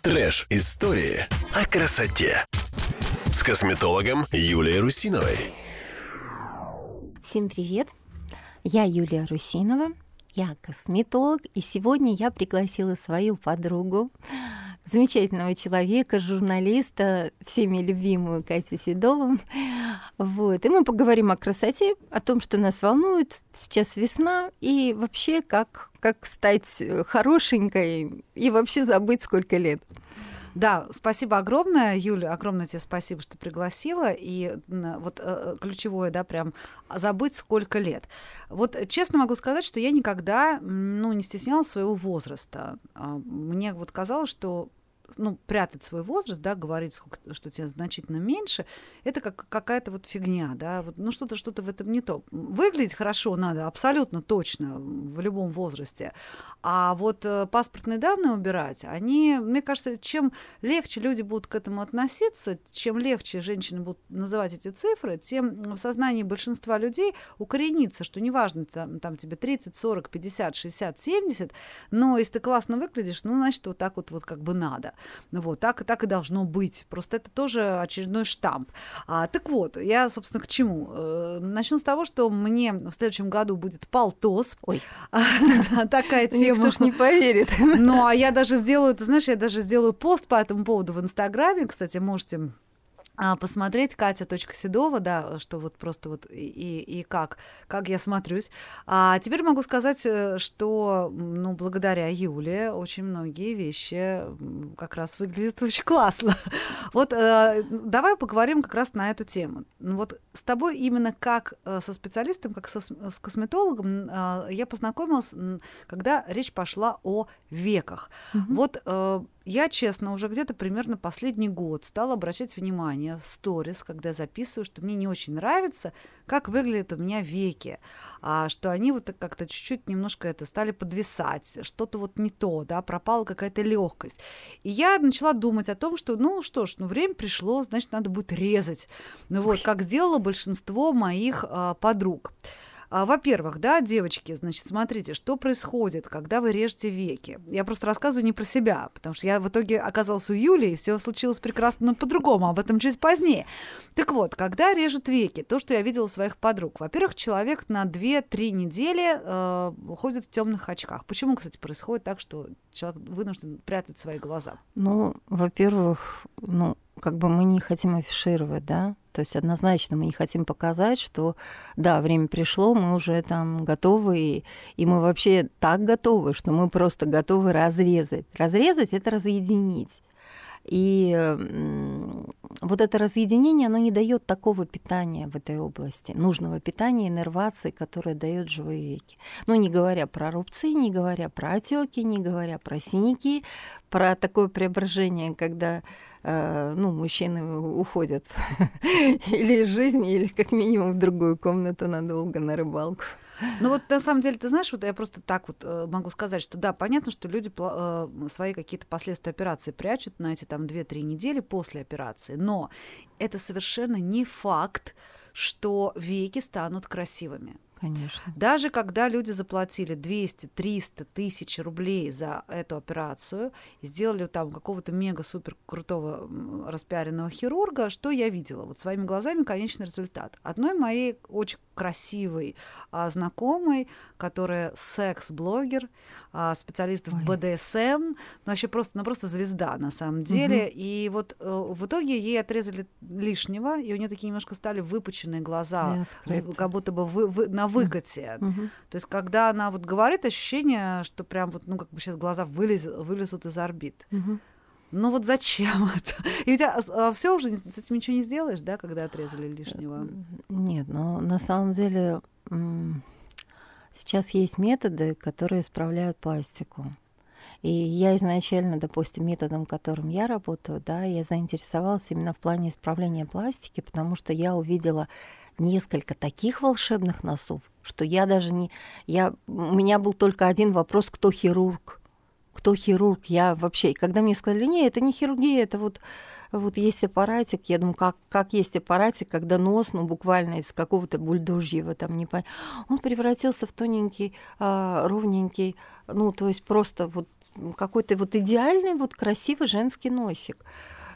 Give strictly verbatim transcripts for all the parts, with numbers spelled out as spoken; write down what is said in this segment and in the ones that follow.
Трэш-истории о красоте с косметологом Юлией Русиновой. Всем привет! Я Юлия Русинова, я косметолог, и сегодня я пригласила свою подругу, замечательного человека, журналиста, всеми любимую Катю Седову. Вот. И мы поговорим о красоте, о том, что нас волнует. Сейчас весна, и вообще, как, как стать хорошенькой и вообще забыть, сколько лет. Да, спасибо огромное, Юля, огромное тебе спасибо, что пригласила. И вот э, ключевое, да, прям забыть, сколько лет. Вот честно могу сказать, что я никогда, ну, не стеснялась своего возраста. Мне вот казалось, что ну, прятать свой возраст, да, говорить, сколько, что тебе значительно меньше, это как какая-то вот фигня, да, вот, ну, что-то, что-то в этом не то. Выглядеть хорошо надо абсолютно точно в любом возрасте, а вот э, паспортные данные убирать, они, мне кажется, чем легче люди будут к этому относиться, чем легче женщины будут называть эти цифры, тем в сознании большинства людей укоренится, что неважно, там, там тебе тридцать, сорок, пятьдесят, шестьдесят, семьдесят, но если ты классно выглядишь, ну, значит, вот так вот, вот как бы надо. Ну вот, так, так и должно быть. Просто это тоже очередной штамп. А, так вот, я, собственно, к чему? Э, начну с того, что мне в следующем году будет полтос. Ой, такая тема. Никто ж не поверит. Ну, а я даже сделаю, ты знаешь, я даже сделаю пост по этому поводу в Инстаграме. Кстати, можете посмотреть Катя.Седова, да, что вот просто вот и, и, и как, как я смотрюсь. А теперь могу сказать, что, ну, благодаря Юле очень многие вещи как раз выглядят очень классно. Вот э, давай поговорим как раз на эту тему. Вот с тобой именно как со специалистом, как со, с косметологом э, я познакомилась, когда речь пошла о веках. Mm-hmm. Вот э, я, честно, уже где-то примерно последний год стала обращать внимание в сторис, когда я записываю, что мне не очень нравится, как выглядят у меня веки, а, что они вот как-то чуть-чуть немножко это стали подвисать, что-то вот не то, да, пропала какая-то легкость. И я начала думать о том, что, ну что ж, ну время пришло, значит, надо будет резать. Ну вот, как сделало большинство моих а, подруг. Во-первых, да, девочки, значит, смотрите, что происходит, когда вы режете веки. Я просто рассказываю не про себя, потому что я в итоге оказалась у Юли, и все случилось прекрасно, но по-другому, об этом чуть позднее. Так вот, когда режут веки, то, что я видела у своих подруг. Во-первых, человек на две-три недели э, ходит в темных очках. Почему, кстати, происходит так, что человек вынужден прятать свои глаза? Ну, во-первых, ну, как бы мы не хотим афишировать, да, то есть однозначно мы не хотим показать, что, да, время пришло, мы уже там готовы, и, и мы вообще так готовы, что мы просто готовы разрезать. Разрезать — это разъединить. И м- вот это разъединение, оно не дает такого питания в этой области, нужного питания, иннервации, которое дает живые веки. Ну, не говоря про рубцы, не говоря про отеки, не говоря про синяки, про такое преображение, когда ну, мужчины уходят или из жизни, или как минимум в другую комнату надолго на рыбалку. Ну вот на самом деле, ты знаешь, вот я просто так вот э, могу сказать, что да, понятно, что люди э, свои какие-то последствия операции прячут на эти там две-три недели после операции, но это совершенно не факт, что веки станут красивыми. Конечно. Даже когда люди заплатили двести-триста тысяч рублей за эту операцию, сделали там какого-то мега-супер крутого распиаренного хирурга, что я видела? Вот своими глазами конечный результат. Одной моей очень красивой а, знакомой, которая секс-блогер, а, специалист в бэ дэ эс эм, ну, вообще просто, ну, просто звезда на самом деле. Угу. И вот э, в итоге ей отрезали лишнего, и у нее такие немножко стали выпученные глаза, как будто бы вы, вы, на выкате. Угу. То есть когда она вот говорит, ощущение, что прям вот, ну, как бы сейчас глаза вылез, вылезут из орбит. Угу. Ну вот зачем это? И у тебя а, все уже с этим ничего не сделаешь, да, когда отрезали лишнего? Нет, но на самом деле сейчас есть методы, которые исправляют пластику. И я изначально, допустим, методом, которым я работаю, да, я заинтересовалась именно в плане исправления пластики, потому что я увидела несколько таких волшебных носов, что я даже не... Я, у меня был только один вопрос, кто хирург. Кто хирург? Я вообще... И когда мне сказали, нет, это не хирургия, это вот, вот есть аппаратик. Я думаю, как, как есть аппаратик, когда нос, ну, буквально из какого-то бульдожьего, там, не понятно, он превратился в тоненький, а, ровненький, ну, то есть просто вот какой-то вот идеальный, вот красивый женский носик.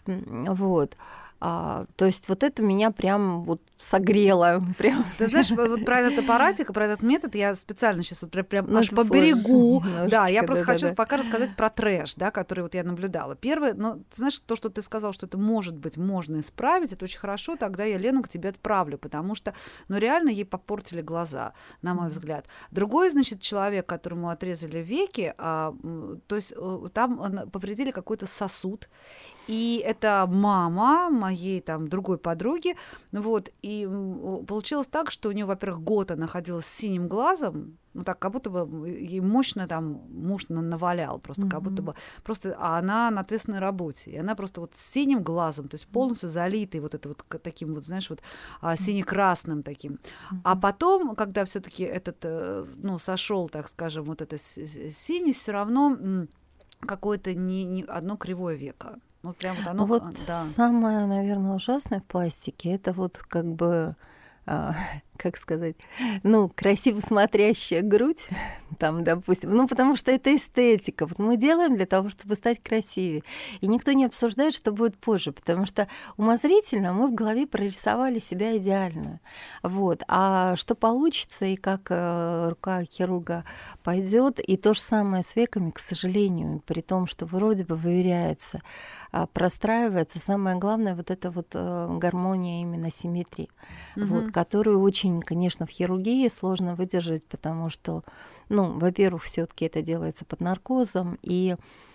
Вот. А, то есть вот это меня прям вот согрело. Прям. Ты знаешь, вот про этот аппаратик, про этот метод я специально сейчас вот прям ну, аж поберегу. Да, я просто да, хочу да, пока да. рассказать про трэш, да, который вот я наблюдала. Первое, ну, ты знаешь, то, что ты сказал, что это может быть, можно исправить, это очень хорошо, тогда я Лену к тебе отправлю, потому что, ну, реально ей попортили глаза, на мой mm-hmm. взгляд. Другой, значит, человек, которому отрезали веки, а, то есть там повредили какой-то сосуд, и это мама моей там другой подруги, вот, и получилось так, что у нее, во-первых, год она ходила с синим глазом, ну так, как будто бы ей мощно там муж навалял, просто mm-hmm. как будто бы, просто, а она на ответственной работе, и она просто вот с синим глазом, то есть полностью залитой вот это вот таким вот, знаешь, вот сине-красным таким. Mm-hmm. А потом, когда все-таки этот, ну, сошел, так скажем, вот это синий, все равно какое-то не, не одно кривое веко. Вот прям вот оно, вот да. Самое, наверное, ужасное в пластике, это вот как бы, а, как сказать, ну, красиво смотрящая грудь, там, допустим, ну, потому что это эстетика. Вот мы делаем для того, чтобы стать красивее. И никто не обсуждает, что будет позже, потому что умозрительно мы в голове прорисовали себя идеальную. Вот. А что получится и как э, рука хирурга пойдет, и то же самое с веками, к сожалению, при том, что вроде бы выверяется, простраивается. Самое главное, вот эта вот гармония именно симметрии, mm-hmm. вот, которую очень, конечно, в хирургии сложно выдержать, потому что, ну, во-первых, все-таки это делается под наркозом, и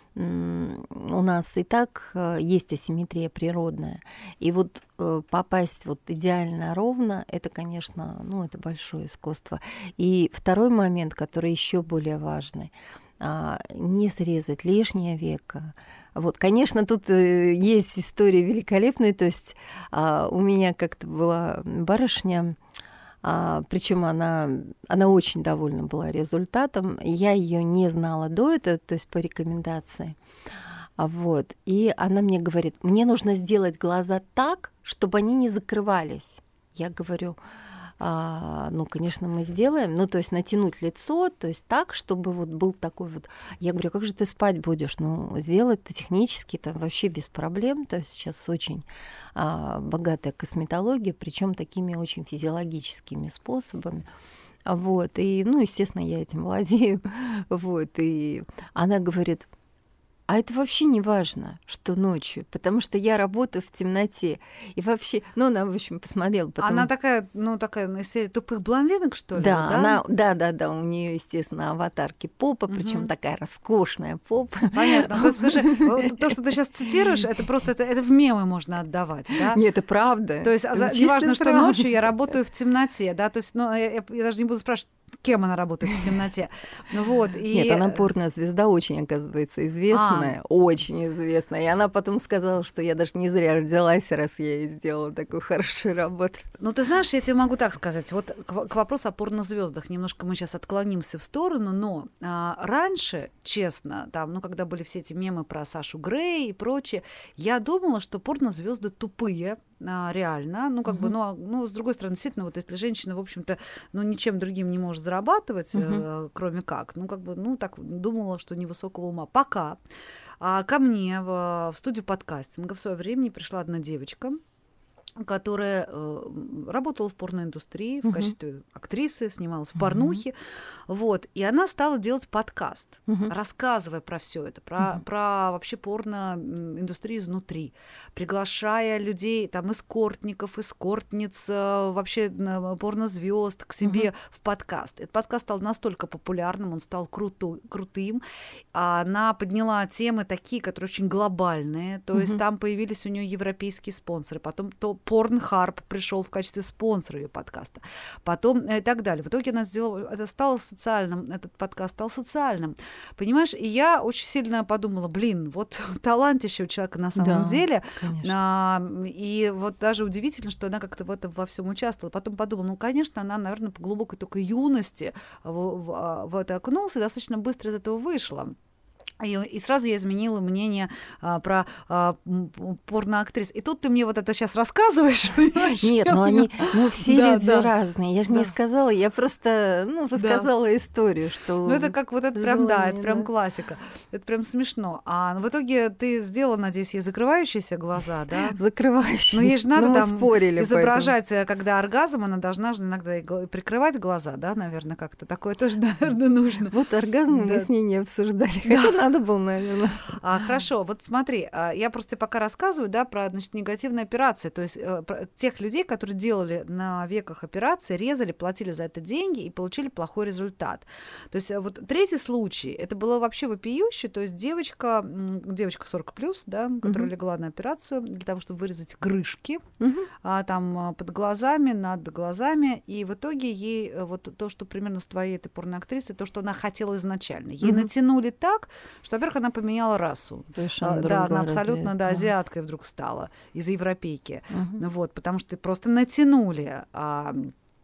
м- у нас и так есть асимметрия природная. И вот попасть вот идеально ровно, это, конечно, ну, это большое искусство. И второй момент, который еще более важный, не срезать лишнее веко. Вот, конечно, тут есть история великолепная, то есть а, у меня как-то была барышня, а, причем она, она очень довольна была результатом, я ее не знала до этого, то есть по рекомендации. А, вот, и она мне говорит, мне нужно сделать глаза так, чтобы они не закрывались. Я говорю, А, ну, конечно, мы сделаем, ну, то есть натянуть лицо, то есть так, чтобы вот был такой вот... Я говорю, как же ты спать будешь? Ну, сделать-то технически там вообще без проблем, то есть сейчас очень а, богатая косметология, причем такими очень физиологическими способами. Вот, и, ну, естественно, я этим владею, вот, и она говорит... А это вообще не важно, что ночью, потому что я работаю в темноте. И вообще, ну, она, в общем, посмотрела. Потом... Она такая, ну, такая из серии тупых блондинок, что ли? Да, да? она, да, да, да, у нее, естественно, аватарки попа, угу. причем такая роскошная попа. Понятно. То есть, потому что то, что ты сейчас цитируешь, это просто это, это в мемы можно отдавать, да? Нет, это правда. То есть, не важно, что ночью я работаю в темноте, да, то есть, ну, я, я даже не буду спрашивать, кем она работает в темноте. Ну, вот, и... Нет, она порно-звезда очень, оказывается, известная, а. очень известная. И она потом сказала, что я даже не зря родилась, раз я ей сделала такую хорошую работу. Ну, ты знаешь, я тебе могу так сказать. Вот к, к вопросу о порнозвездах немножко мы сейчас отклонимся в сторону, но а, раньше, честно, там, ну, когда были все эти мемы про Сашу Грей и прочее, я думала, что порнозвезды тупые, реально, ну, как uh-huh. бы, ну, ну, с другой стороны, действительно, вот если женщина, в общем-то, ну, ничем другим не может зарабатывать, uh-huh. э, кроме как, ну, как бы, ну, так думала, что невысокого ума. Пока а ко мне в, в студию подкастинга в свое время пришла одна девочка, которая э, работала в порноиндустрии в uh-huh. качестве актрисы, снималась в порнухе, uh-huh. вот, и она стала делать подкаст, uh-huh. рассказывая про все это, про, uh-huh. про вообще порноиндустрию изнутри, приглашая людей, там, эскортников, эскортниц, вообще порнозвезд к себе uh-huh. в подкаст. Этот подкаст стал настолько популярным, он стал круту, крутым, она подняла темы такие, которые очень глобальные, то uh-huh. есть там появились у нее европейские спонсоры, потом то Pornhub пришел в качестве спонсора ее подкаста, потом и так далее. В итоге она сделала, это стало социальным, этот подкаст стал социальным, понимаешь? И я очень сильно подумала, блин, вот талантище у человека на самом да, деле, а, и вот даже удивительно, что она как-то в этом во всем участвовала. Потом подумала, ну, конечно, она, наверное, по глубокой только юности в, в, в это окунулась и достаточно быстро из этого вышла. И, и сразу я изменила мнение а, про а, порноактрис. И тут ты мне вот это сейчас рассказываешь. Нет, ну они, ну все Да, люди да. разные. Я же Да. не сказала, я просто, ну, рассказала историю, что... Ну это как вот это прям, да, это желание, прям да. классика. Это прям смешно. А в итоге ты сделала, надеюсь, ей закрывающиеся глаза, да? Закрывающие. Ну ей же надо Ну, мы там спорили по изображать, э, когда оргазм, она должна же иногда и гла- прикрывать глаза, да, наверное, как-то. Такое тоже, наверное, нужно. этому. Вот оргазм мы Да. с ней не обсуждали. Хотя надо было, наверное. А, хорошо, вот смотри, а, я просто тебе пока рассказываю, да, про, значит, негативные операции, то есть э, про тех людей, которые делали на веках операции, резали, платили за это деньги и получили плохой результат. То есть э, вот третий случай, это было вообще вопиюще, то есть девочка, м, девочка сорок плюс, да, которая Мгм. легла на операцию для того, чтобы вырезать грыжки, Мгм. а, там а, под глазами, над глазами, и в итоге ей э, вот то, что примерно с твоей этой порноактрисой, то, что она хотела изначально, ей Мгм. натянули так, что, во-первых, она поменяла расу. Совершенно А, Да, она другой абсолютно, разрез да, глаз. азиаткой вдруг стала из-за европейки. Мгм. Вот, потому что просто натянули. а,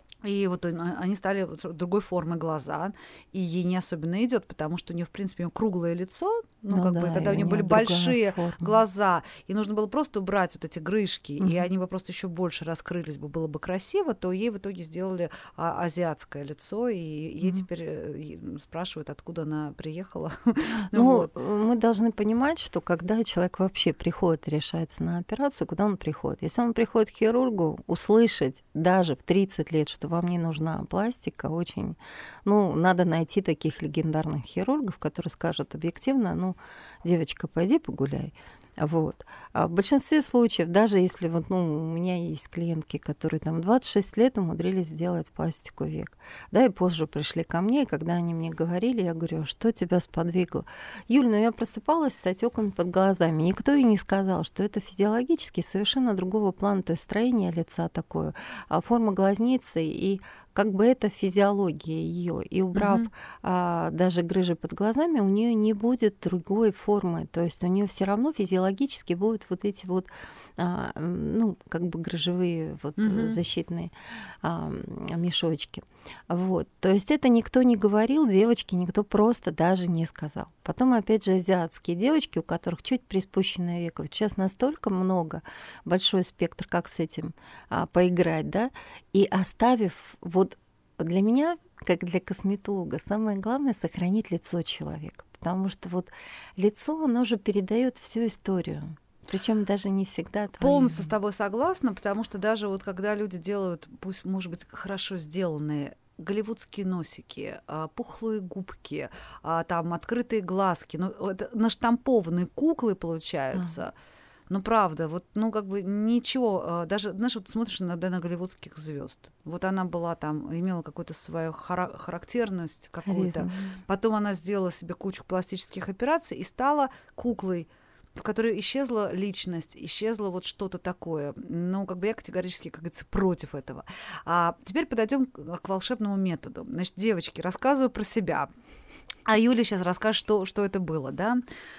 И вот он- они стали вот с другой формы глаза, и ей не особенно идет, потому что у нее, в принципе, у неё круглое лицо, ну, Ну как да, бы, когда и у нее у были неё другая большие форма. глаза, и нужно было просто убрать вот эти грыжки, и Мгм. они бы просто еще больше раскрылись бы, было бы красиво, то ей в итоге сделали а, азиатское лицо, и ей Мгм. теперь э, и спрашивают, откуда она приехала. Ну, Вот. э, мы должны понимать, что когда человек вообще приходит и решается на операцию, куда он приходит? Если он приходит к хирургу, услышать даже в тридцать лет, что вам не нужна пластика, очень... Ну, надо найти таких легендарных хирургов, которые скажут объективно, ну, девочка, пойди погуляй. Вот. А в большинстве случаев, даже если вот, ну, у меня есть клиентки, которые там в двадцать шесть лет умудрились сделать пластику век, да, и позже пришли ко мне, и когда они мне говорили, я говорю, «А что тебя сподвигло? Юль, ну я просыпалась с отеками под глазами. Никто и не сказал, что это физиологически совершенно другого плана, то есть строение лица такое, а форма глазницы и как бы это физиология ее. И убрав Мгм. а, даже грыжи под глазами, у нее не будет другой формы. То есть у нее все равно физиологически будут вот эти вот, а, м, ну, как бы грыжевые вот э, Мгм. защитные а, м, мешочки. Вот. То есть это никто не говорил, девочки, никто просто даже не сказал. Потом, опять же, азиатские девочки, у которых чуть приспущенное веко. Вот сейчас настолько много, большой спектр, как с этим а, поиграть, да, и оставив вот для меня, как для косметолога, самое главное сохранить лицо человека, потому что вот лицо, оно же передает всю историю, причем даже не всегда твою. Полностью с тобой согласна, потому что даже вот когда люди делают, пусть, может быть, хорошо сделанные голливудские носики, а, пухлые губки, а, там открытые глазки, ну, это наштампованные куклы получаются. Ну, правда, вот, ну, как бы ничего, а, даже, знаешь, вот смотришь иногда на голливудских звезд. Вот она была там, имела какую-то свою хара- характерность какую-то. Харизма. Потом она сделала себе кучу пластических операций и стала куклой, в которой исчезла личность, исчезло вот что-то такое. Ну, как бы я категорически, как говорится, против этого. А теперь подойдем к, к волшебному методу. Значит, девочки, рассказываю про себя. А Юля сейчас расскажет, что, что это было, да?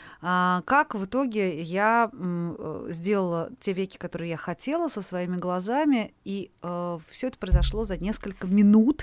А, как в итоге я м, э, сделала те веки, которые я хотела, со своими глазами, и все это произошло за несколько минут.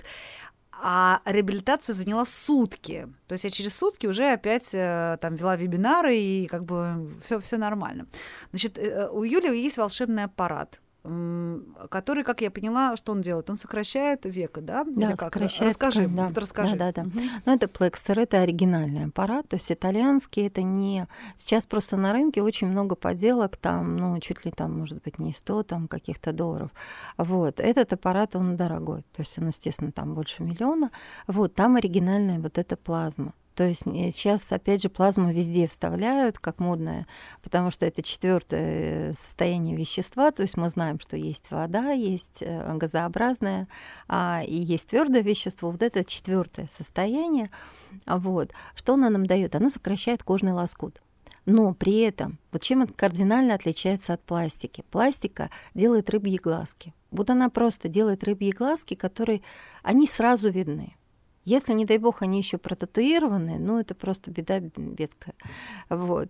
А реабилитация заняла сутки. То есть я через сутки уже опять э, там вела вебинары, и как бы все, все нормально. Значит, э, у Юли есть волшебный аппарат, м, который, как я поняла, что он делает? Он сокращает веко, да? Да, Или как? сокращает Расскажи, ткань, да. вот расскажи. Да, да, да. Мгм. Ну, это плексер, это оригинальный аппарат, то есть итальянский, это не... Сейчас просто на рынке очень много подделок, там, ну, чуть ли там, может быть, не сто там каких-то долларов. Вот, этот аппарат, он дорогой, то есть он, естественно, там больше миллиона. Вот, там оригинальная вот эта плазма. То есть э, сейчас, опять же, плазму везде вставляют, как модная, потому что это четвертое состояние вещества. То есть мы знаем, что есть вода, есть э, газообразное, а, и есть твердое вещество. Вот это четвертое состояние. А Вот. Что она нам дает? Она сокращает кожный лоскут. Но при этом, вот чем это кардинально отличается от пластики? Пластика делает рыбьи глазки. Вот она просто делает рыбьи глазки, которые, они сразу видны. Если, не дай бог, они еще протатуированы, ну, это просто беда бедская. Вот.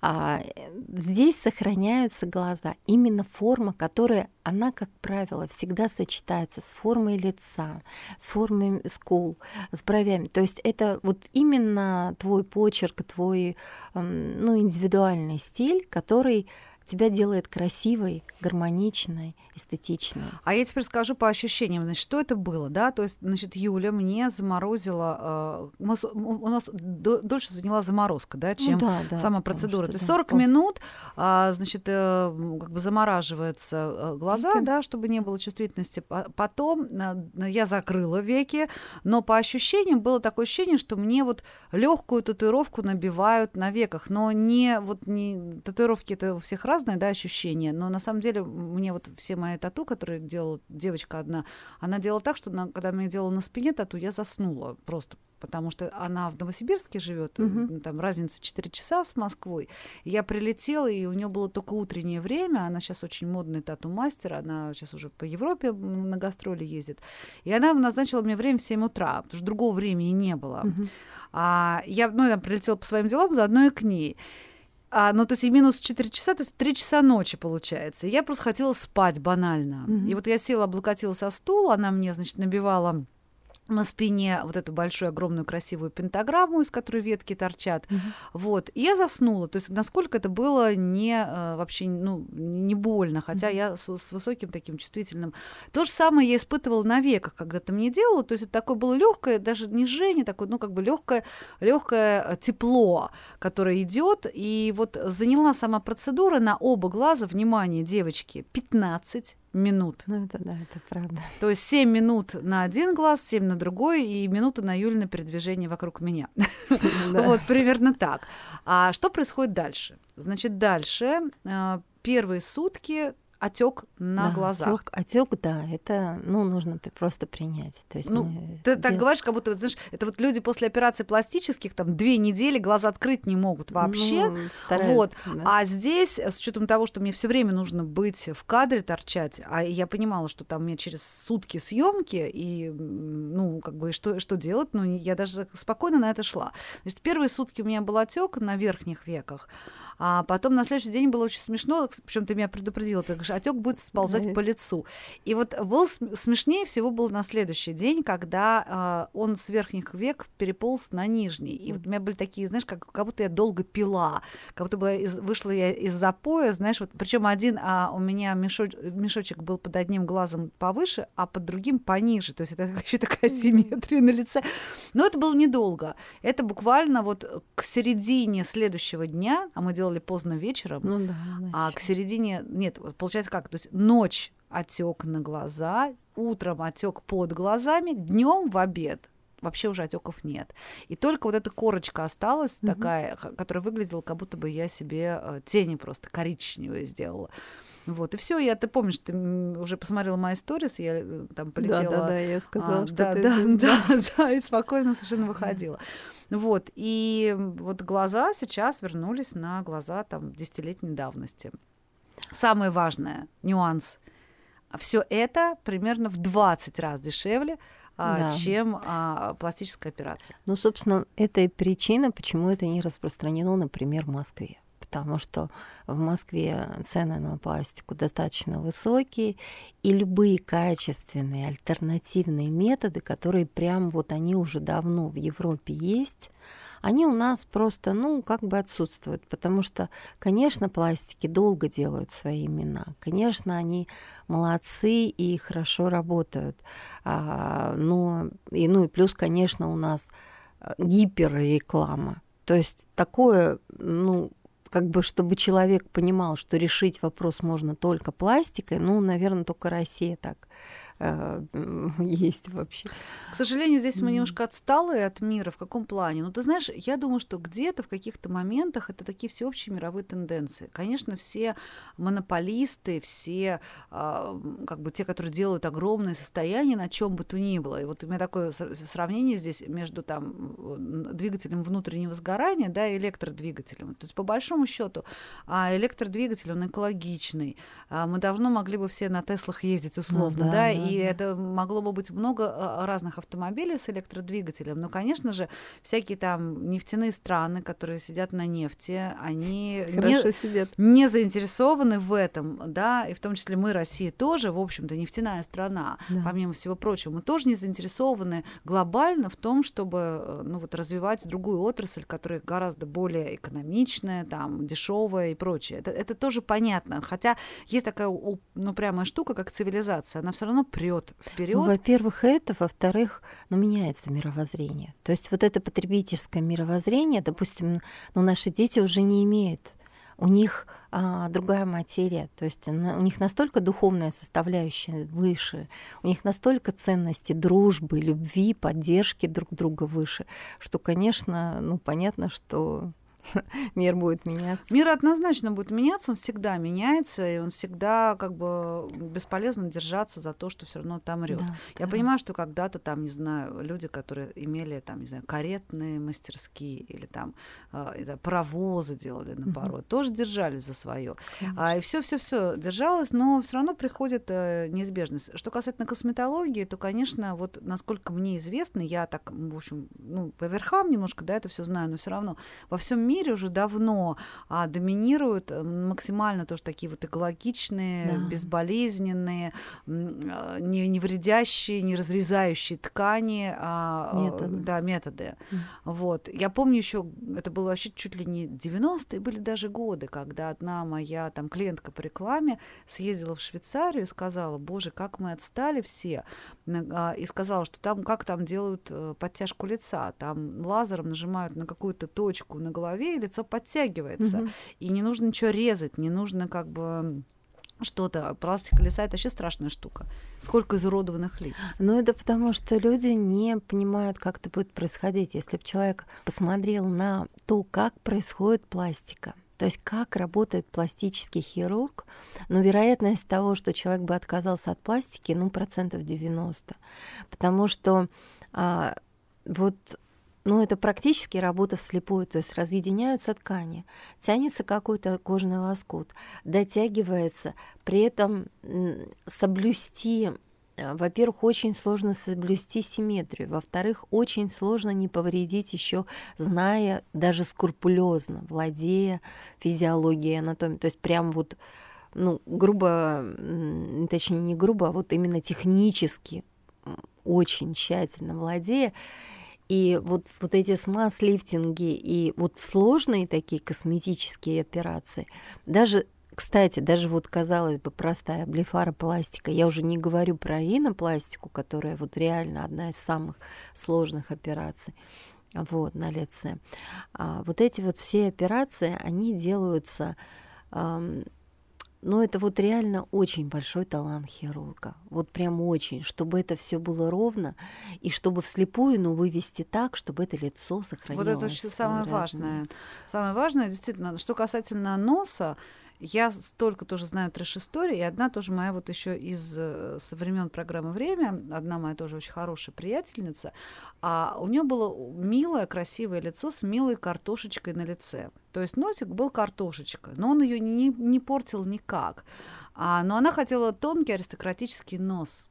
А здесь сохраняются глаза. Именно форма, которая, она, как правило, всегда сочетается с формой лица, с формой скул, с бровями. То есть это вот именно твой почерк, твой, ну, индивидуальный стиль, который тебя делает красивой, гармоничной, эстетичной. А я теперь скажу по ощущениям, значит, что это было, да? То есть, значит, Юля мне заморозила, э, мы, у нас дольше заняла заморозка, да, чем ну, да, да, сама процедура. То есть сорок да. минут, э, значит, э, как бы замораживаются глаза, веки. Да, чтобы не было чувствительности. Потом э, я закрыла веки, но по ощущениям было такое ощущение, что мне вот легкую татуировку набивают на веках, но не вот не татуировки, это у всех разные, да, ощущения, но на самом деле мне вот все мои тату, которые делала девочка одна, она делала так, что на, когда мне делала на спине тату, я заснула просто, потому что она в Новосибирске живет, uh-huh. там разница четыре часа с Москвой. Я прилетела, и у нее было только утреннее время, она сейчас очень модный тату-мастер, она сейчас уже по Европе на гастроли ездит, и она назначила мне время в семь утра, потому что другого времени не было. Uh-huh. А я, ну, я прилетела по своим делам, заодно и к ней. А, ну, то есть и минус четыре часа, то есть три часа ночи получается. И я просто хотела спать банально. Mm-hmm. И вот я села, облокотилась о стул, она мне, значит, набивала на спине вот эту большую, огромную, красивую пентаграмму, из которой ветки торчат. Mm-hmm. Вот. И я заснула. То есть насколько это было не, вообще, ну, не больно, хотя mm-hmm. я с, с высоким таким чувствительным. То же самое я испытывала на веках, когда ты мне делала. То есть это такое было легкое, даже не жжение, такое, ну, как бы легкое, легкое тепло, которое идет. И вот заняла сама процедура на оба глаза, внимание, девочки, пятнадцать минут. Ну, это да, это правда. То есть семь минут на один глаз, семь на другой, и минута на Юлина передвижение вокруг меня. Вот, примерно так. А что происходит дальше? Значит, дальше первые сутки отек на да, глазах. Отек, да, это, ну, нужно просто принять. То есть ну, мы ты дел... так говоришь, как будто, знаешь, это вот люди после операций пластических там две недели глаза открыть не могут вообще. Ну, вот. Да. А здесь, с учетом того, что мне все время нужно быть в кадре, торчать, а я понимала, что там мне через сутки съемки и, ну, как бы, что, что делать, ну, я даже спокойно на это шла. Значит, первые сутки у меня был отек на верхних веках. А потом на следующий день было очень смешно, причем ты меня предупредила, ты говоришь, отек будет сползать mm-hmm. по лицу. И вот был смешнее всего был на следующий день, когда э, он с верхних век переполз на нижний. И mm-hmm. вот у меня были такие, знаешь, как, как будто я долго пила, как будто бы из, вышла я из запоя, знаешь, вот, причем один а, у меня мешоч, мешочек был под одним глазом повыше, а под другим пониже. То есть это еще такая симметрия на лице. Но это было недолго. Это буквально вот к середине следующего дня, а мы делали поздно вечером, ну, да, а к середине, нет, получается как, то есть ночь отек на глаза, утром отек под глазами, днем в обед вообще уже отеков нет. И только вот эта корочка осталась mm-hmm. такая, которая выглядела, как будто бы я себе тени просто коричневые сделала. Вот, и все, я, ты помнишь, ты уже посмотрела мои сторис, я там полетела. Да, да, да, я сказала, а, что да, ты... Да, да, да, да, и спокойно совершенно выходила. Вот, и вот глаза сейчас вернулись на глаза там десятилетней давности. Самое важное, нюанс, все это примерно в двадцать раз дешевле, да. чем а, пластическая операция. Ну, собственно, это и причина, почему это не распространено, например, в Москве. Потому что в Москве цены на пластику достаточно высокие, и любые качественные альтернативные методы, которые прям вот они уже давно в Европе есть, они у нас просто, ну, как бы отсутствуют. Потому что, конечно, пластики долго делают свои имена. Конечно, они молодцы и хорошо работают. А, но, и, ну и плюс, конечно, у нас гиперреклама. То есть такое, ну, как бы, чтобы человек понимал, что решить вопрос можно только пластикой, ну, наверное, только Россия так э, есть вообще. К сожалению, здесь мы немножко отсталые от мира. В каком плане? Ну, ты знаешь, я думаю, что где-то в каких-то моментах это такие всеобщие мировые тенденции. Конечно, все монополисты, все э, как бы те, которые делают огромные состояния на чем бы то ни было. И вот у меня такое сравнение здесь между там двигателем внутреннего сгорания, да, и электродвигателем. То есть, по большому счету, электродвигатель, он экологичный. Мы давно могли бы все на Теслах ездить условно, ну, да, да, да, И это могло бы быть много разных автомобилей с электродвигателем. Но, конечно же, всякие там нефтяные страны, которые сидят на нефти, они не, сидят. не заинтересованы в этом, да, и в том числе мы, Россия, тоже, в общем-то, нефтяная страна. Да. Помимо всего прочего, мы тоже не заинтересованы глобально в том, чтобы, ну, вот, развивать другую отрасль, которая гораздо более экономичная, там, дешевая и прочее. Это, это тоже понятно. Хотя есть такая, ну, прямая штука, как цивилизация, она все равно прет вперед. Ну, во-первых, это, во-вторых, ну, меняется мировоззрение. То есть вот это потребительское мировоззрение, допустим, ну, наши дети уже не имеют. У них а, другая материя, то есть она, у них настолько духовная составляющая выше, у них настолько ценности дружбы, любви, поддержки друг друга выше, что, конечно, ну, понятно, что мир будет меняться. Мир однозначно будет меняться, он всегда меняется, и он всегда как бы бесполезно держаться за то, что все равно там рёт. Да, Я да. понимаю, что когда-то там, не знаю, люди, которые имели там, не знаю, каретные мастерские или там, э, не знаю, паровозы делали на пару, угу. тоже держались за свое. А, и все-все-все держалось, но все равно приходит э, неизбежность. Что касательно косметологии, то, конечно, вот насколько мне известно, я так, в общем, ну, по верхам немножко, да, это все знаю, но все равно во всем мире уже давно а, доминируют максимально тоже такие вот экологичные, да. безболезненные, не, не вредящие, не разрезающие ткани а, методы. Да, методы. Mm. Вот. Я помню еще, это было вообще чуть ли не девяностые, были даже годы, когда одна моя там клиентка по рекламе съездила в Швейцарию и сказала: боже, как мы отстали все, и сказала, что там, как там делают подтяжку лица, там лазером нажимают на какую-то точку на голове, и лицо подтягивается. Mm-hmm. И не нужно ничего резать, не нужно как бы что-то. Пластика лица — это вообще страшная штука. Сколько изуродованных лиц. Ну, это потому, что люди не понимают, как это будет происходить. Если бы человек посмотрел на то, как происходит пластика, то есть как работает пластический хирург, ну, вероятность того, что человек бы отказался от пластики, ну, процентов девяносто. Потому что а, вот... Ну, это практически работа вслепую, то есть разъединяются ткани, тянется какой-то кожаный лоскут, дотягивается, при этом соблюсти, во-первых, очень сложно соблюсти симметрию, во-вторых, очень сложно не повредить еще, зная, даже скрупулезно, владея физиологией, анатомией, то есть прям вот, ну, грубо, точнее не грубо, а вот именно технически, очень тщательно владея. И вот, вот эти смаз-лифтинги и вот сложные такие косметические операции, даже, кстати, даже вот, казалось бы, простая блефаропластика, я уже не говорю про ринопластику, которая вот реально одна из самых сложных операций вот, на лице. А вот эти вот все операции, они делаются... Эм, Но это вот реально очень большой талант хирурга. Вот прям очень, чтобы это все было ровно, и чтобы вслепую, ну, вывести так, чтобы это лицо сохранилось. Вот это очень самое важное. Самое важное, действительно, что касательно носа, я столько тоже знаю трэш-историй, и одна тоже моя вот еще из со времен программы «Время», одна моя тоже очень хорошая приятельница, а у нее было милое, красивое лицо с милой картошечкой на лице. То есть носик был картошечка, но он ее не, не портил никак. А, но она хотела тонкий аристократический нос.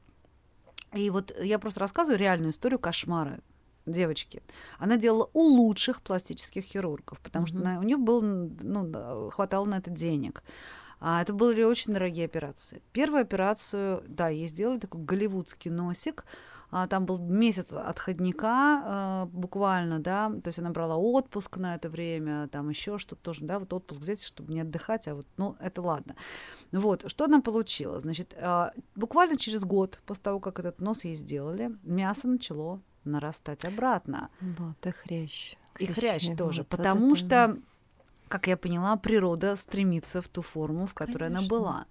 И вот я просто рассказываю реальную историю кошмара девочки. Она делала у лучших пластических хирургов, потому mm-hmm. что на, у нее был, ну, хватало на это денег. А это были очень дорогие операции. Первую операцию, да, ей сделали такой голливудский носик. А, там был месяц отходника а, буквально, да, то есть она брала отпуск на это время, там еще что-то тоже, да, вот отпуск взять, чтобы не отдыхать, а вот, ну, это ладно. Вот, что она получила? Значит, а, буквально через год после того, как этот нос ей сделали, мясо начало нарастать обратно. Вот, и хрящ. И хрящ, хрящ тоже, вот, потому вот что, как я поняла, природа стремится в ту форму, в которой Конечно. Она была.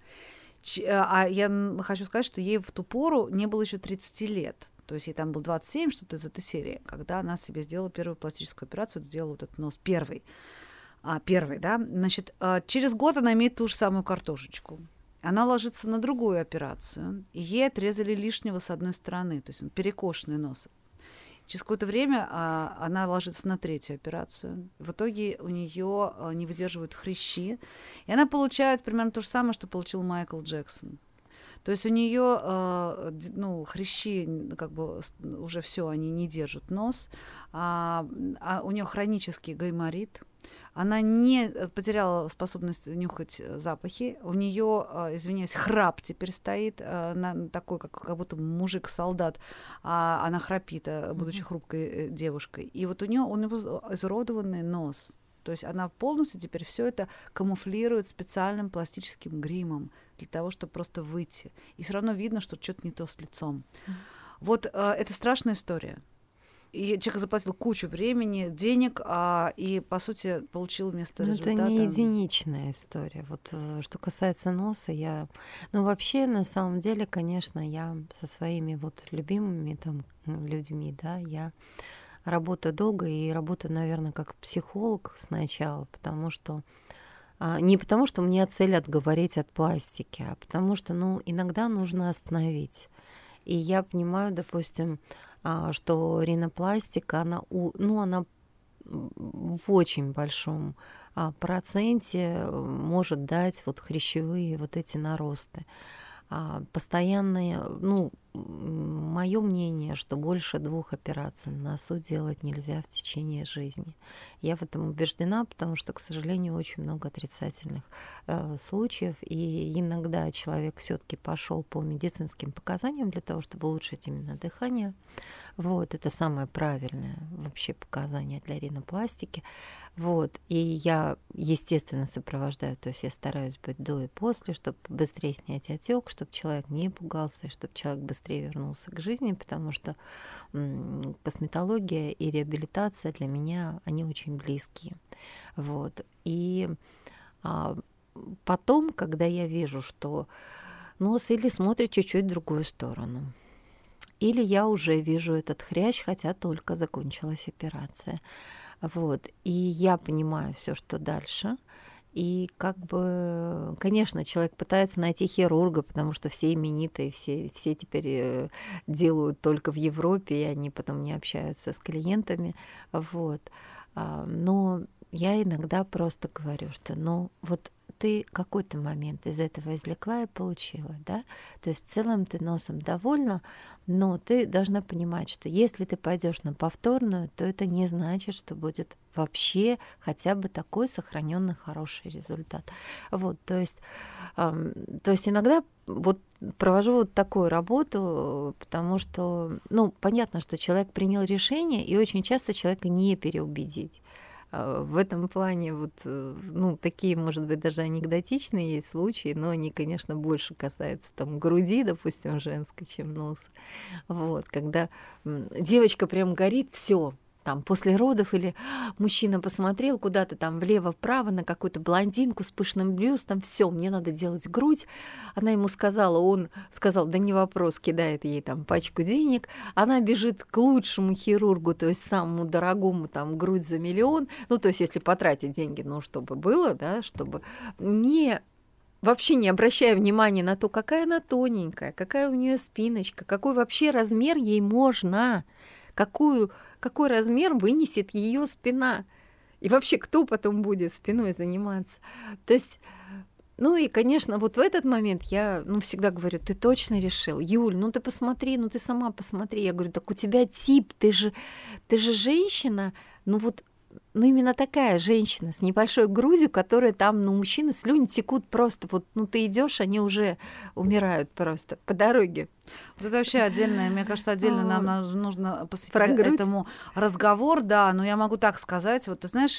А я хочу сказать, что ей в ту пору не было еще тридцати лет. То есть ей там было двадцать семь, что-то из этой серии, когда она себе сделала первую пластическую операцию, сделала вот этот нос первый. А, первый, да. Значит, через год она имеет ту же самую картошечку. Она ложится на другую операцию, и ей отрезали лишнего с одной стороны, то есть перекошенный нос. Через какое-то время а, она ложится на третью операцию. В итоге у нее а, не выдерживают хрящи. И она получает примерно то же самое, что получил Майкл Джексон. То есть у нее, э, ну, хрящи, как бы уже все, они не держат нос, а, а у нее хронический гайморит. Она не потеряла способность нюхать запахи. У нее, извиняюсь, храп теперь стоит, на такой, как, как будто мужик-солдат. А она храпит, будучи хрупкой девушкой. И вот у нее, у нее изуродованный нос. То есть она полностью теперь все это камуфлирует специальным пластическим гримом для того, чтобы просто выйти. И все равно видно, что что-то не то с лицом. Mm-hmm. Вот это страшная история. И человек заплатил кучу времени, денег, а, и, по сути, получил вместо Но результата... это не единичная история. Вот что касается носа, я... Ну, вообще, на самом деле, конечно, я со своими вот любимыми там людьми, да, я работаю долго и работаю, наверное, как психолог сначала, потому что... А, не потому, что мне цель отговорить от пластики, а потому что, ну, иногда нужно остановить. И я понимаю, допустим, что ринопластика, она, ну, она в очень большом проценте может дать вот хрящевые вот эти наросты. Постоянные, ну, мое мнение, что больше двух операций на носу делать нельзя в течение жизни. Я в этом убеждена, потому что, к сожалению, очень много отрицательных э, случаев, и иногда человек все-таки пошел по медицинским показаниям для того, чтобы улучшить именно дыхание. Вот, это самое правильное вообще показание для ринопластики. Вот, и я, естественно, сопровождаю, то есть я стараюсь быть до и после, чтобы быстрее снять отек, чтобы человек не пугался, и чтобы человек быстрее вернулся к жизни, потому что м- косметология и реабилитация для меня, они очень близкие. Вот, и а, потом, когда я вижу, что нос или смотрит чуть-чуть в другую сторону, или я уже вижу этот хрящ, хотя только закончилась операция. Вот. И я понимаю все, что дальше. И как бы, конечно, человек пытается найти хирурга, потому что все именитые, все, все теперь делают только в Европе, и они потом не общаются с клиентами. Вот. Но я иногда просто говорю, что ну вот ты какой-то момент из этого извлекла и получила, да? То есть в целом ты носом довольна, но ты должна понимать, что если ты пойдешь на повторную, то это не значит, что будет вообще хотя бы такой сохраненный хороший результат. Вот, то есть, э, то есть иногда вот провожу вот такую работу, потому что, ну, понятно, что человек принял решение, и очень часто человека не переубедить. В этом плане вот, ну, такие, может быть, даже анекдотичные есть случаи, но они, конечно, больше касаются там груди, допустим, женской, чем носа. Вот, когда девочка прям горит, все. Там после родов или мужчина посмотрел куда-то там влево-вправо на какую-то блондинку с пышным бюстом, все, мне надо делать грудь. Она ему сказала, он сказал, да не вопрос, кидает ей там пачку денег. Она бежит к лучшему хирургу, то есть самому дорогому, там грудь за миллион. Ну, то есть если потратить деньги, ну, чтобы было, да, чтобы не... Вообще не обращая внимания на то, какая она тоненькая, какая у нее спиночка, какой вообще размер ей можно, какую, какой размер вынесет ее спина. И вообще, кто потом будет спиной заниматься. То есть, ну и, конечно, вот в этот момент я, ну, всегда говорю, ты точно решил? Юль, ну ты посмотри, ну ты сама посмотри. Я говорю, так у тебя тип, ты же, ты же женщина, ну вот, ну именно такая женщина с небольшой грудью, которая там, ну, мужчины слюни текут просто, вот, ну ты идешь, они уже умирают просто по дороге. Это вообще отдельно, мне кажется, отдельно нам нужно посвятить этому разговор, да, но я могу так сказать, вот ты знаешь,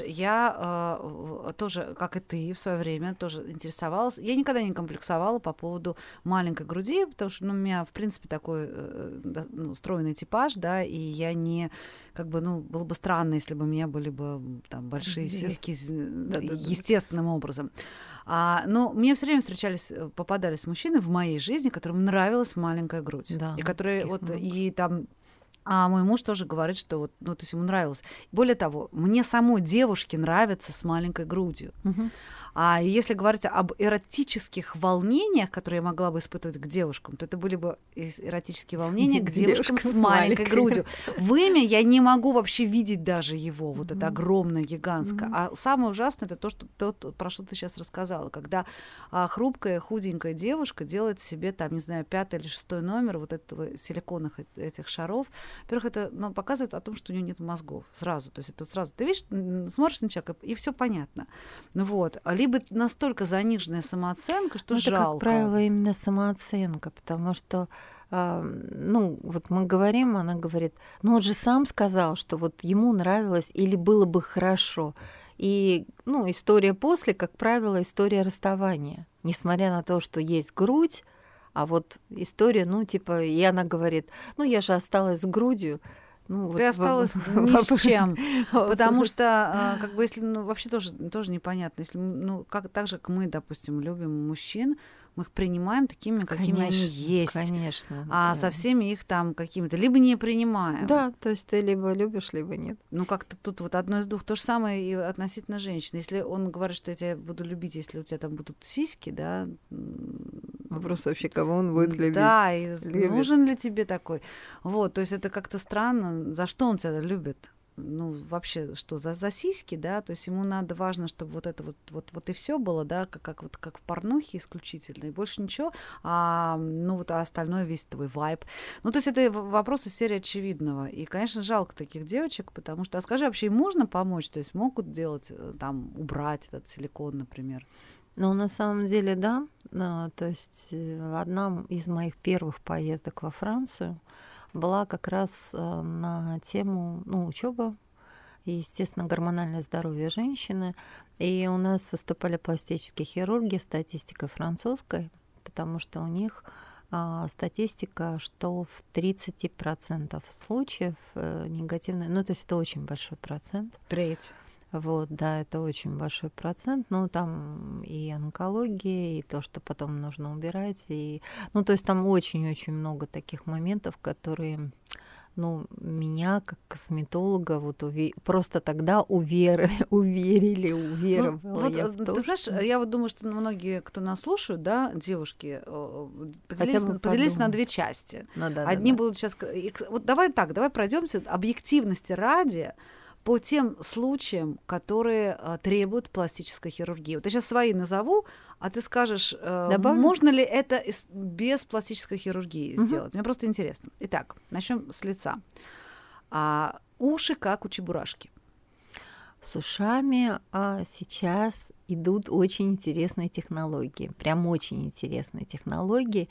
я э, тоже, как и ты в свое время, тоже интересовалась, я никогда не комплексовала по поводу маленькой груди, потому что ну, у меня, в принципе, такой э, ну, стройный типаж, да, и я не, как бы, ну, было бы странно, если бы у меня были бы там большие сиськи естественным образом. А, но мне все время встречались, попадались мужчины в моей жизни, которым нравилась маленькая грудь. Да, и которые вот, много. и там... А мой муж тоже говорит, что вот, ну, то есть ему нравилось. Более того, мне самой девушке нравится с маленькой грудью. Угу. А если говорить об эротических волнениях, которые я могла бы испытывать к девушкам, то это были бы эротические волнения к девушкам с маленькой грудью. В «Эме» я не могу вообще видеть даже его, вот это огромное, гигантское. А самое ужасное — это то, что то, про что ты сейчас рассказала, когда а, хрупкая, худенькая девушка делает себе, там, не знаю, пятый или шестой номер вот этого силиконных этих шаров. Во-первых, это ну, показывает о том, что у нее нет мозгов сразу. То есть это сразу, ты видишь, смотришь на человека, и все понятно. Вот. Либо настолько заниженная самооценка, что это, жалко. Это, как правило, именно самооценка, потому что, э, ну, вот мы говорим, она говорит, ну, он же сам сказал, что вот ему нравилось или было бы хорошо. И, ну, история после, как правило, история расставания. Несмотря на то, что есть грудь, а вот история, ну, типа, и она говорит, ну, я же осталась с грудью. Ну, Ты вот осталась в... ни с чем, потому что, как бы, если, ну, вообще тоже, тоже непонятно, если, ну, как, так же, как мы, допустим, любим мужчин, мы их принимаем такими, какими конечно, они есть, конечно, а да. со всеми их там какими-то, либо не принимаем. Да, то есть ты либо любишь, либо нет. Ну, как-то тут вот одно из двух. То же самое и относительно женщин. Если он говорит, что я тебя буду любить, если у тебя там будут сиськи, да. Вопрос вообще, кого он будет любить. Да, и любит. Нужен ли тебе такой? Вот, то есть это как-то странно. За что он тебя любит? Ну, вообще, что, за, за сиськи, да? То есть ему надо, важно, чтобы вот это вот, вот, вот и все было, да, как, как, вот, как в порнухе исключительно, и больше ничего, а, ну, вот а остальное весь твой вайб. Ну, то есть это вопрос из серии очевидного. И, конечно, жалко таких девочек, потому что, а скажи, вообще им можно помочь? То есть могут делать, там, убрать этот силикон, например? Ну, на самом деле, да. То есть одна из моих первых поездок во Францию была как раз на тему, ну, учеба и, естественно, гормональное здоровье женщины. И у нас выступали пластические хирурги, статистика французская, потому что у них а, статистика, что в тридцать процентов случаев э, негативная, ну, то есть это очень большой процент. Треть. Вот, да, это очень большой процент, но там и онкология, и то, что потом нужно убирать, и, ну, то есть там очень-очень много таких моментов, которые, ну, меня как косметолога вот уве... просто тогда увер... уверили, уверовала ну, вот, я в то, ты что... знаешь, я вот думаю, что многие, кто нас слушают, да, девушки, поделились, поделились на две части. Ну, да, Одни да, да. будут сейчас... Вот давай так, давай пройдемся объективности ради по тем случаям, которые а, требуют пластической хирургии. Вот я сейчас свои назову, а ты скажешь, э, можно ли это из, без пластической хирургии угу. сделать? Мне просто интересно. Итак, начнем с лица. А, уши как у чебурашки. С ушами а, сейчас идут очень интересные технологии, прям очень интересные технологии.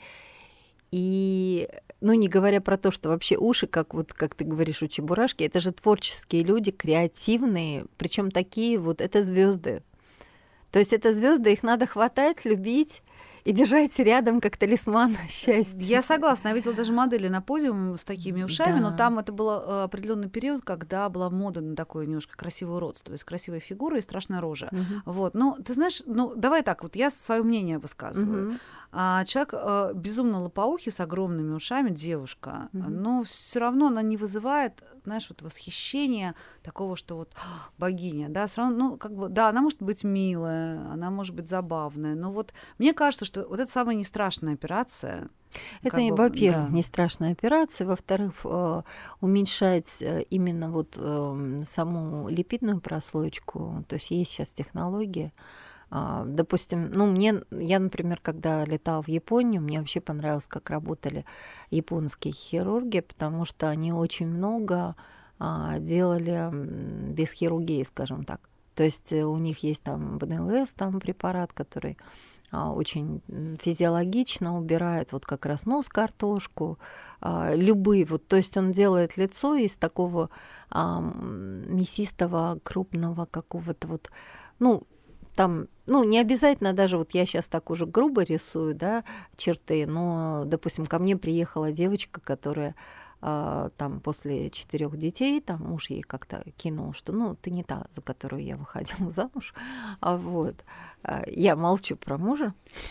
И, ну, не говоря про то, что вообще уши, как вот, как ты говоришь, у чебурашки, это же творческие люди, креативные, причем такие вот, это звезды. То есть это звезды, их надо хватать, любить и держать рядом как талисман счастья. Я согласна. Я видела даже модели на подиуме с такими ушами, да. Но там это был определенный период, когда была мода на такое немножко красивое уродство, то есть красивая фигура и страшная рожа. Угу. Вот. Ну, ты знаешь, ну, давай так, вот я свое мнение высказываю. Угу. А, человек а, безумно лопоухий с огромными ушами, девушка, угу. но все равно она не вызывает, знаешь, вот восхищения такого, что вот богиня, да, все равно, ну, как бы, да, она может быть милая, она может быть забавная, но вот мне кажется, что вот это самая не страшная операция. Это, бы, во-первых, да. не страшная операция, во-вторых, уменьшать именно вот саму липидную прослойку, то есть есть сейчас технология. Допустим, ну, мне, я, например, когда летала в Японию, мне вообще понравилось, как работали японские хирурги, потому что они очень много а, делали без хирургии, скажем так. То есть у них есть там эн эл эс, там препарат, который а, очень физиологично убирает вот как раз нос, картошку, а, любые. Вот, то есть он делает лицо из такого а, мясистого, крупного какого-то вот, ну, там, ну, не обязательно даже, вот я сейчас так уже грубо рисую, да, черты, но, допустим, ко мне приехала девочка, которая а, там после четырех детей, там муж ей как-то кинул, что, ну, ты не та, за которую я выходила замуж, а вот, а, я молчу про мужа,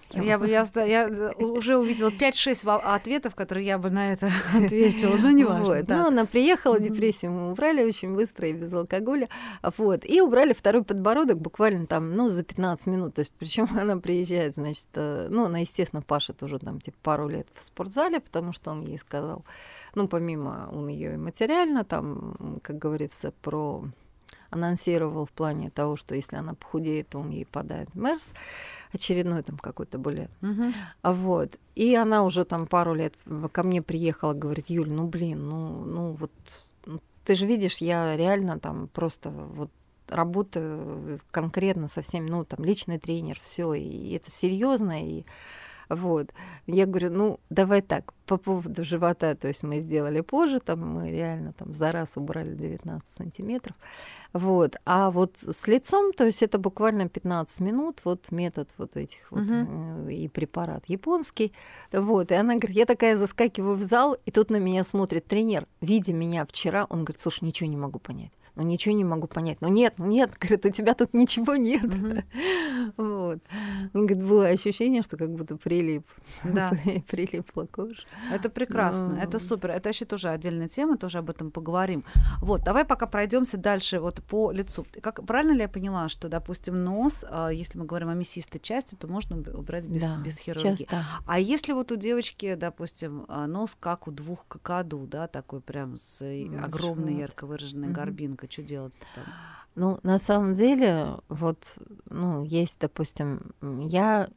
Я, бы, я, я уже увидела пять-шесть ответов, которые я бы на это ответила, но не важно. Вот. Ну, она приехала, депрессию мы убрали очень быстро и без алкоголя. Вот. И убрали второй подбородок буквально там, ну, за пятнадцать минут. То есть, причем она приезжает, значит, ну, она, естественно, пашет уже там, типа, пару лет в спортзале, потому что он ей сказал, ну, помимо он ее и материально, там, как говорится, про... анонсировал в плане того, что если она похудеет, то он ей подает мерс, очередной там какой-то более. Uh-huh. Вот. И она уже там пару лет ко мне приехала, говорит, Юль, ну блин, ну, ну вот ну, ты же видишь, я реально там просто вот работаю конкретно со всеми, ну там личный тренер, все, и это серьезно, и вот. Я говорю, ну, давай так, по поводу живота, то есть мы сделали позже, там мы реально там за раз убрали девятнадцать сантиметров, вот. А вот с лицом, то есть это буквально пятнадцать минут, вот метод вот этих вот uh-huh. и препарат японский, вот. И она говорит, я такая заскакиваю в зал, и тут на меня смотрит тренер, видя меня вчера, он говорит, слушай, ничего не могу понять. Ну, ничего не могу понять. Ну, нет, ну, нет, говорит, у тебя тут ничего нет. Uh-huh. Вот. Он говорит, было ощущение, что как будто прилип. Да. Прилипла кожа. Это прекрасно, Но... это супер. Это вообще тоже отдельная тема, тоже об этом поговорим. Вот, давай пока пройдемся дальше вот по лицу. Как, правильно ли я поняла, что, допустим, нос, если мы говорим о мясистой части, то можно убрать без, да, без хирургии. Сейчас, да. А если вот у девочки, допустим, нос как у двух какаду, да, такой прям с Большой. огромной ярко выраженной mm-hmm. горбинкой, что делать-то там? Ну, на самом деле, вот, ну, есть, допустим, я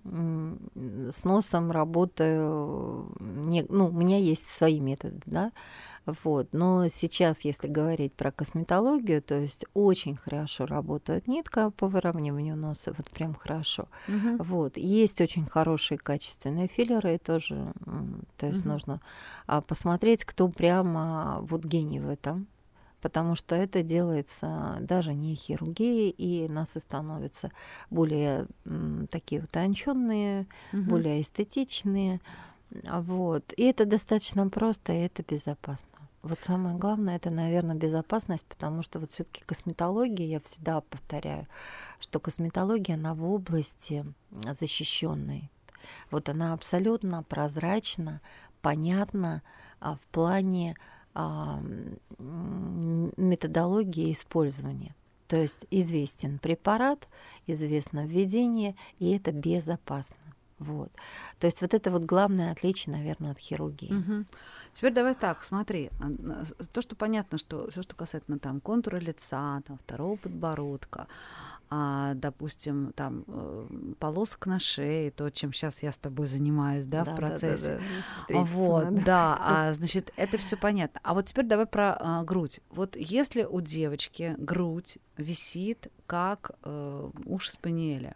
с носом работаю, не, ну, у меня есть свои методы, да, вот, но сейчас, если говорить про косметологию, то есть очень хорошо работает нитка по выравниванию носа, вот прям хорошо, uh-huh. вот, есть очень хорошие качественные филлеры, и тоже, то есть uh-huh. нужно посмотреть, кто прямо вот гений в этом. Потому что это делается даже не хирургией, и носы становятся более м, такие утонченные, угу. более эстетичные. Вот. И это достаточно просто, и это безопасно. Вот самое главное, это, наверное, безопасность, потому что вот все-таки косметология, я всегда повторяю, что косметология, она в области защищенной. Вот она абсолютно прозрачна, понятна а, в плане методологии использования. То есть известен препарат, известно введение, и это безопасно. Вот. То есть вот это вот главное отличие, наверное, от хирургии. Угу. Теперь давай так, смотри. То, что понятно, что все, что касательно там контура лица, там, второго подбородка, а, допустим, там полосок на шее, то, чем сейчас я с тобой занимаюсь, да, да в процессе. Да, да, да. Вот, да, а, значит, это все понятно. А вот теперь давай про а, грудь. Вот если у девочки грудь висит как э, уши спаниеля,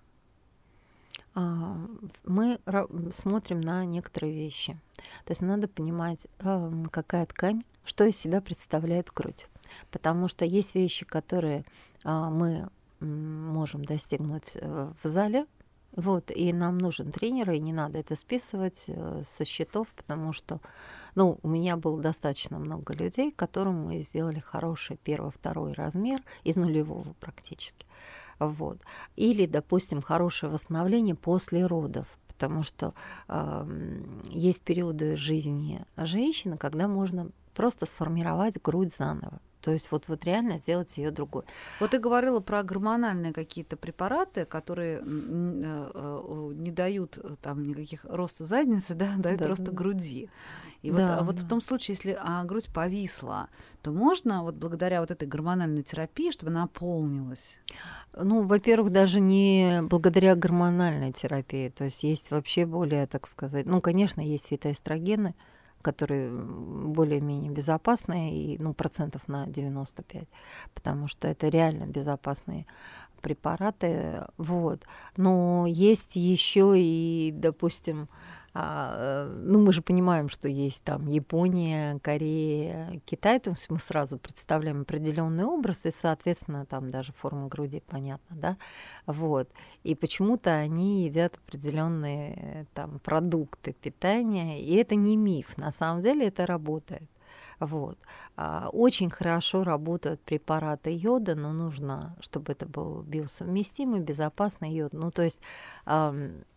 мы смотрим на некоторые вещи. То есть надо понимать, какая ткань, что из себя представляет грудь. Потому что есть вещи, которые мы можем достигнуть в зале, вот, и нам нужен тренер, и не надо это списывать со счетов, потому что, ну, у меня было достаточно много людей, которым мы сделали хороший первый, второй размер из нулевого практически. Вот. Или, допустим, хорошее восстановление после родов, потому что э, есть периоды жизни женщины, когда можно просто сформировать грудь заново. То есть вот, вот реально сделать ее другой. Вот ты говорила про гормональные какие-то препараты, которые не дают там никаких роста задницы, да, дают да, роста да. груди. И да, вот, вот да. в том случае, если а, грудь повисла, то можно вот благодаря вот этой гормональной терапии, чтобы она наполнилась? Ну, во-первых, даже не благодаря гормональной терапии. То есть есть вообще более, так сказать, ну, конечно, есть фитоэстрогены, которые более-менее безопасные, и, ну, процентов на девяносто пять, потому что это реально безопасные препараты. Вот. Но есть еще и, допустим, а, ну, мы же понимаем, что есть там Япония, Корея, Китай, то есть мы сразу представляем определенный образ, и, соответственно, там даже форма груди понятна, да, вот. И почему-то они едят определенные там продукты питания, и это не миф, на самом деле это работает. Вот. Очень хорошо работают препараты йода, но нужно, чтобы это был биосовместимый, безопасный йод. Ну, то есть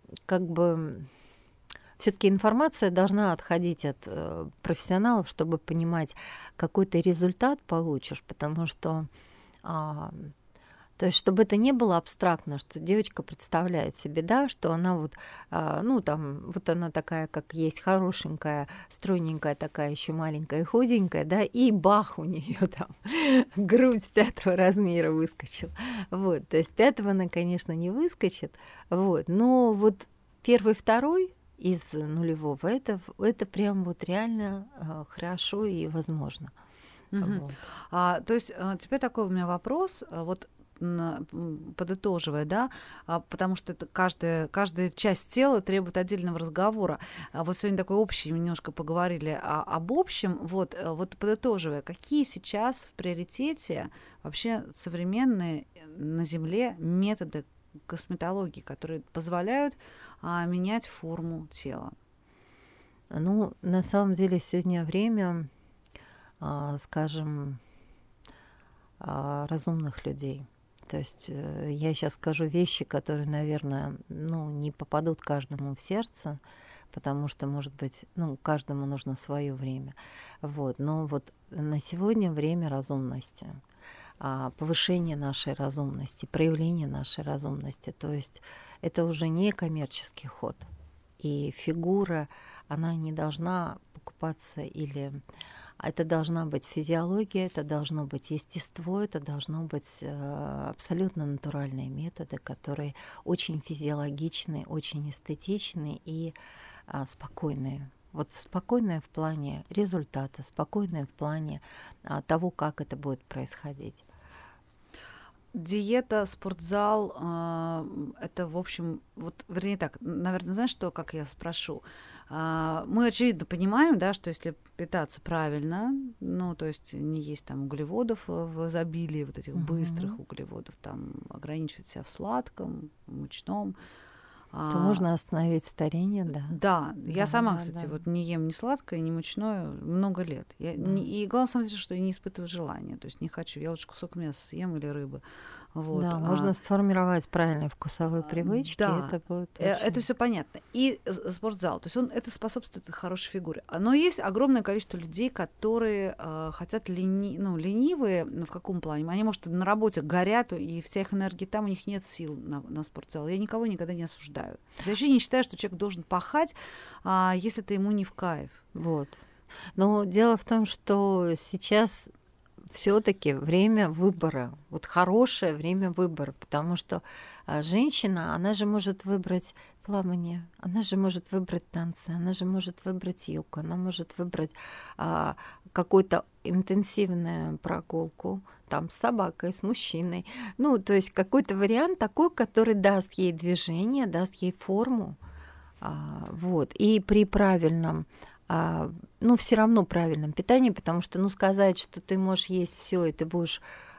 как бы все-таки информация должна отходить от э, профессионалов, чтобы понимать, какой ты результат получишь, потому что а, то есть, чтобы это не было абстрактно, что девочка представляет себе, да, что она вот, а, ну, там, вот она такая, как есть, хорошенькая, стройненькая, такая еще маленькая, худенькая, да, и бах, у нее там грудь пятого размера выскочила. Вот, то есть пятого она, конечно, не выскочит, вот, но вот первый, второй из нулевого, это, это прям вот реально а, хорошо и возможно. Мгм. Вот. А, то есть а, теперь такой у меня вопрос. А, Вот на- м, подытоживая, да, а, потому что это каждая, каждая часть тела требует отдельного разговора. А вот сегодня такой общий, немножко поговорили о- об общем. Вот, а, вот подытоживая, какие сейчас в приоритете вообще современные э, на Земле методы косметологии, которые позволяют а, менять форму тела? Ну, на самом деле сегодня время, а, скажем, а, разумных людей. То есть э, я сейчас скажу вещи, которые, наверное, ну, не попадут каждому в сердце, потому что, может быть, ну, каждому нужно свое время. Вот. Но вот на сегодня время разумности, а, повышение нашей разумности, проявление нашей разумности. То есть это уже не коммерческий ход. И фигура, она не должна покупаться или это должна быть физиология, это должно быть естество, это должно быть э, абсолютно натуральные методы, которые очень физиологичны, очень эстетичны и а, спокойные. Вот спокойное в плане результата, спокойное в плане а, того, как это будет происходить. Диета, спортзал, а, это, в общем, вот, вернее так, наверное, знаешь, что, как я спрошу? А, Мы, очевидно, понимаем, да, что если питаться правильно, ну, то есть не есть там углеводов в в изобилии, вот этих быстрых Мгм. углеводов, там, ограничивать себя в сладком, мучном. То А, можно остановить старение, да. да, я Да, сама, да, кстати, да. вот не ем ни сладкое, ни мучное много лет. Я Да. не- и главное, на самом деле, что я не испытываю желания, то есть не хочу. Я лучше кусок мяса съем или рыбы. Вот. Да, а, можно сформировать правильные вкусовые а, привычки, да, это будет э, это очень... все понятно. И с- спортзал, то есть он это способствует хорошей фигуре. А, Но есть огромное количество людей, которые э, хотят лени, ну, ленивые, ну, в каком плане? Они, может, на работе горят, и вся их энергия там, у них нет сил на, на спортзал. Я никого никогда не осуждаю. То есть я вообще не считаю, что человек должен пахать, а, если ты ему не в кайф. Вот. Но дело в том, что сейчас все-таки время выбора, вот хорошее время выбора, потому что а, женщина, она же может выбрать плавание, она же может выбрать танцы, она же может выбрать йогу, она может выбрать а, какую-то интенсивную прогулку там с собакой, с мужчиной. Ну, то есть какой-то вариант такой, который даст ей движение, даст ей форму. А, вот. И при правильном, а, ну, все равно правильном питании, потому что, ну, сказать, что ты можешь есть все и ты будешь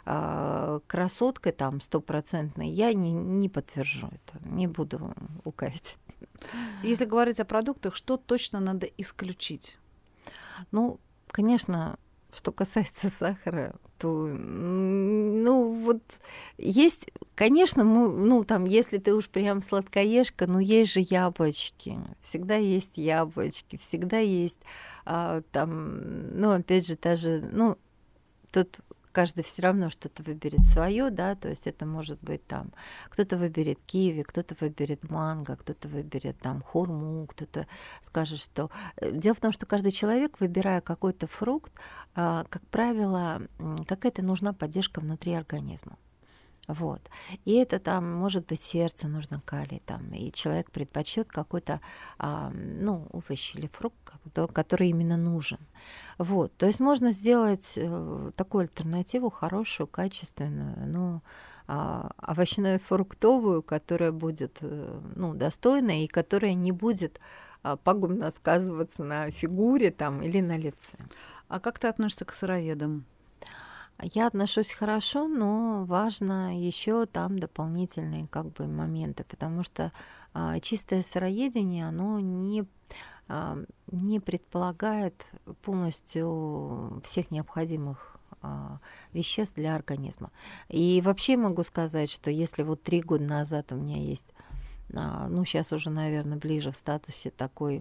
а, красоткой там стопроцентной, я не, не подтвержу это, не буду лукавить. Если говорить о продуктах, что точно надо исключить? Ну, конечно, что касается сахара, то, м, ну, вот есть, конечно, мы, ну, там, если ты уж прям сладкоежка, ну, есть же яблочки, всегда есть яблочки, всегда есть, а, там, ну, опять же, даже, ну, тут каждый все равно что-то выберет свое, да, то есть это может быть там, кто-то выберет киви, кто-то выберет манго, кто-то выберет там хурму, кто-то скажет, что... э, Дело в том, что каждый человек, выбирая какой-то фрукт, а, как правило, м, какая-то нужна поддержка внутри организма. Вот. И это там, может быть, сердцу нужно калий, там, и человек предпочтет какой-то, а, ну, овощ или фрукт, ко- который именно нужен. Вот. То есть можно сделать э, такую альтернативу хорошую, качественную, ну, а, овощную, фруктовую, которая будет, э, ну, достойной и которая не будет а, пагубно сказываться на фигуре там или на лице. А как ты относишься к сыроедам? Я отношусь хорошо, но важно еще там дополнительные как бы моменты, потому что а, чистое сыроедение, оно не, а, не предполагает полностью всех необходимых а, веществ для организма. И вообще могу сказать, что если вот три года назад у меня есть ну, сейчас уже, наверное, ближе в статусе такой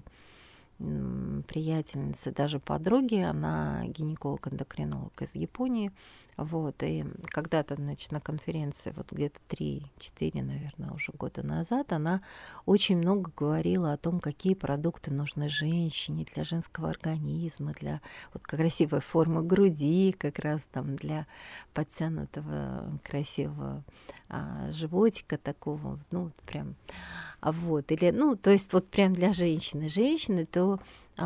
приятельницы, даже подруги, она гинеколог-эндокринолог из Японии. Вот, и когда-то, значит, на конференции, вот где-то три-четыре, наверное, уже года назад, она очень много говорила о том, какие продукты нужны женщине для женского организма, для вот красивой формы груди, как раз там для подтянутого красивого а, животика такого, ну, вот прям, а вот, или, ну, то есть вот прям для женщины. Женщины, то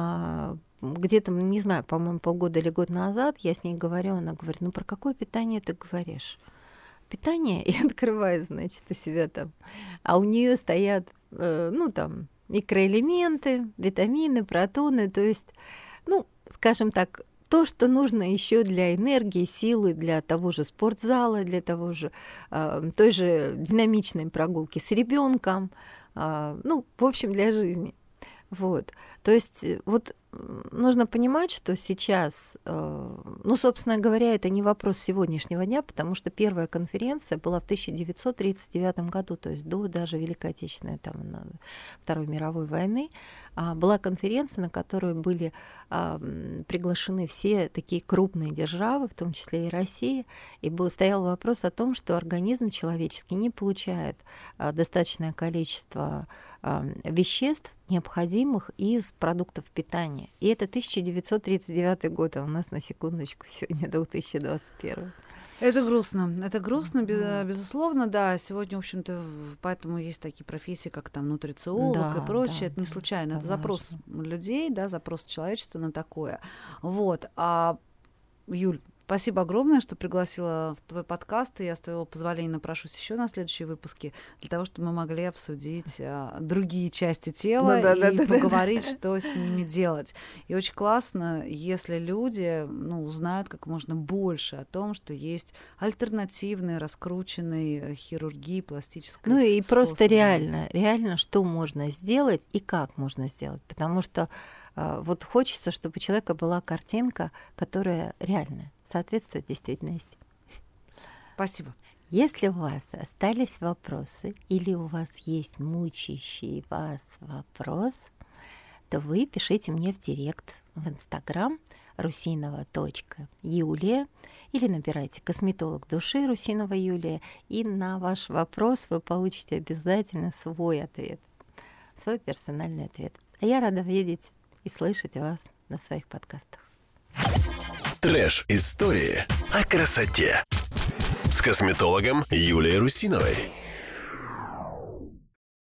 а, где-то, не знаю, по-моему, полгода или год назад я с ней говорю, она говорит, ну про какое питание ты говоришь? Питание, и открывает, значит, у себя там, а у нее стоят, э, ну там, микроэлементы, витамины, протоны, то есть, ну, скажем так, то, что нужно еще для энергии, силы, для того же спортзала, для того же, э, той же динамичной прогулки с ребенком, э, ну, в общем, для жизни. Вот, то есть вот нужно понимать, что сейчас, ну, собственно говоря, это не вопрос сегодняшнего дня, потому что первая конференция была в тысяча девятьсот тридцать девятом году, то есть до даже Великой Отечественной, там, Второй мировой войны, была конференция, на которую были приглашены все такие крупные державы, в том числе и Россия, и был, стоял вопрос о том, что организм человеческий не получает достаточное количество веществ, необходимых из продуктов питания. И это тысяча девятьсот тридцать девятый год, а у нас, на секундочку, сегодня две тысячи двадцать первый. Это грустно. Это грустно, mm-hmm. безусловно, да. Сегодня, в общем-то, поэтому есть такие профессии, как там нутрициолог да, и прочее. Да, это не случайно. Это, это запрос людей, да, запрос человечества на такое. Вот. А, Юль, спасибо огромное, что пригласила в твой подкаст. И я, с твоего позволения, напрошусь еще на следующие выпуски, для того, чтобы мы могли обсудить а, другие части тела ну, да, и да, поговорить, да. что с ними делать. И очень классно, если люди ну, узнают как можно больше о том, что есть альтернативные, раскрученные хирургии, пластической Ну и способы. Просто реально, реально, что можно сделать и как можно сделать. Потому что а, вот хочется, чтобы у человека была картинка, которая реальная. Соответствует действительности. Спасибо. Если у вас остались вопросы или у вас есть мучающий вас вопрос, то вы пишите мне в директ в Инстаграм русинова точка юлия или набирайте «Косметолог души» Русинова Юлия, и на ваш вопрос вы получите обязательно свой ответ, свой персональный ответ. А я рада видеть и слышать вас на своих подкастах. Трэш-истории о красоте с косметологом Юлией Русиновой.